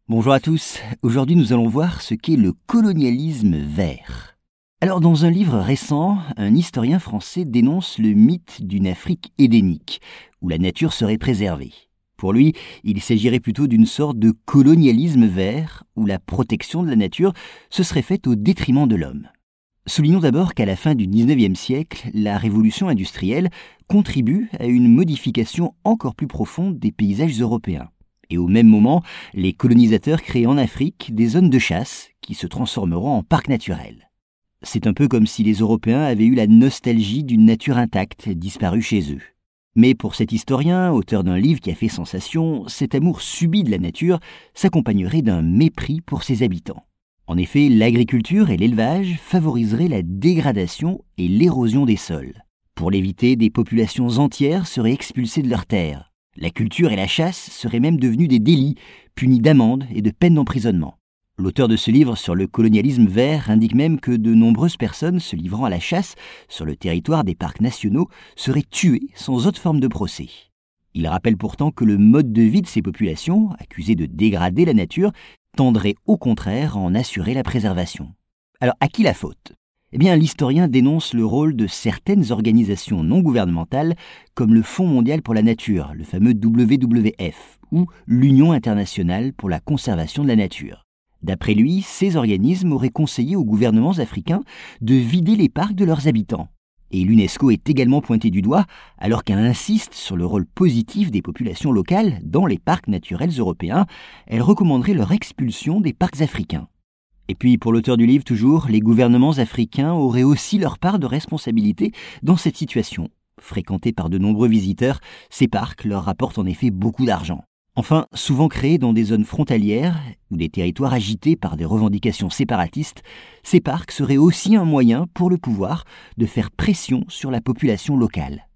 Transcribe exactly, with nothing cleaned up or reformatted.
Bonjour à tous, aujourd'hui nous allons voir ce qu'est le colonialisme vert. Alors dans un livre récent, un historien français dénonce le mythe d'une Afrique édénique, où la nature serait préservée. Pour lui, il s'agirait plutôt d'une sorte de colonialisme vert, où la protection de la nature se serait faite au détriment de l'homme. Soulignons d'abord qu'à la fin du dix-neuvième siècle, la révolution industrielle contribue à une modification encore plus profonde des paysages européens. Et au même moment, les colonisateurs créent en Afrique des zones de chasse qui se transformeront en parcs naturels. C'est un peu comme si les Européens avaient eu la nostalgie d'une nature intacte, disparue chez eux. Mais pour cet historien, auteur d'un livre qui a fait sensation, cet amour subi de la nature s'accompagnerait d'un mépris pour ses habitants. En effet, l'agriculture et l'élevage favoriseraient la dégradation et l'érosion des sols. Pour l'éviter, des populations entières seraient expulsées de leurs terres. La culture et la chasse seraient même devenus des délits, punis d'amendes et de peines d'emprisonnement. L'auteur de ce livre sur le colonialisme vert indique même que de nombreuses personnes se livrant à la chasse sur le territoire des parcs nationaux seraient tuées sans autre forme de procès. Il rappelle pourtant que le mode de vie de ces populations, accusées de dégrader la nature, tendrait au contraire à en assurer la préservation. Alors à qui la faute ? Eh bien, l'historien dénonce le rôle de certaines organisations non gouvernementales comme le Fonds mondial pour la nature, le fameux W W F, ou l'Union internationale pour la conservation de la nature. D'après lui, ces organismes auraient conseillé aux gouvernements africains de vider les parcs de leurs habitants. Et l'UNESCO est également pointée du doigt alors qu'elle insiste sur le rôle positif des populations locales dans les parcs naturels européens. Elle recommanderait leur expulsion des parcs africains. Et puis, pour l'auteur du livre toujours, les gouvernements africains auraient aussi leur part de responsabilité dans cette situation. Fréquentés par de nombreux visiteurs, ces parcs leur rapportent en effet beaucoup d'argent. Enfin, souvent créés dans des zones frontalières ou des territoires agités par des revendications séparatistes, ces parcs seraient aussi un moyen pour le pouvoir de faire pression sur la population locale.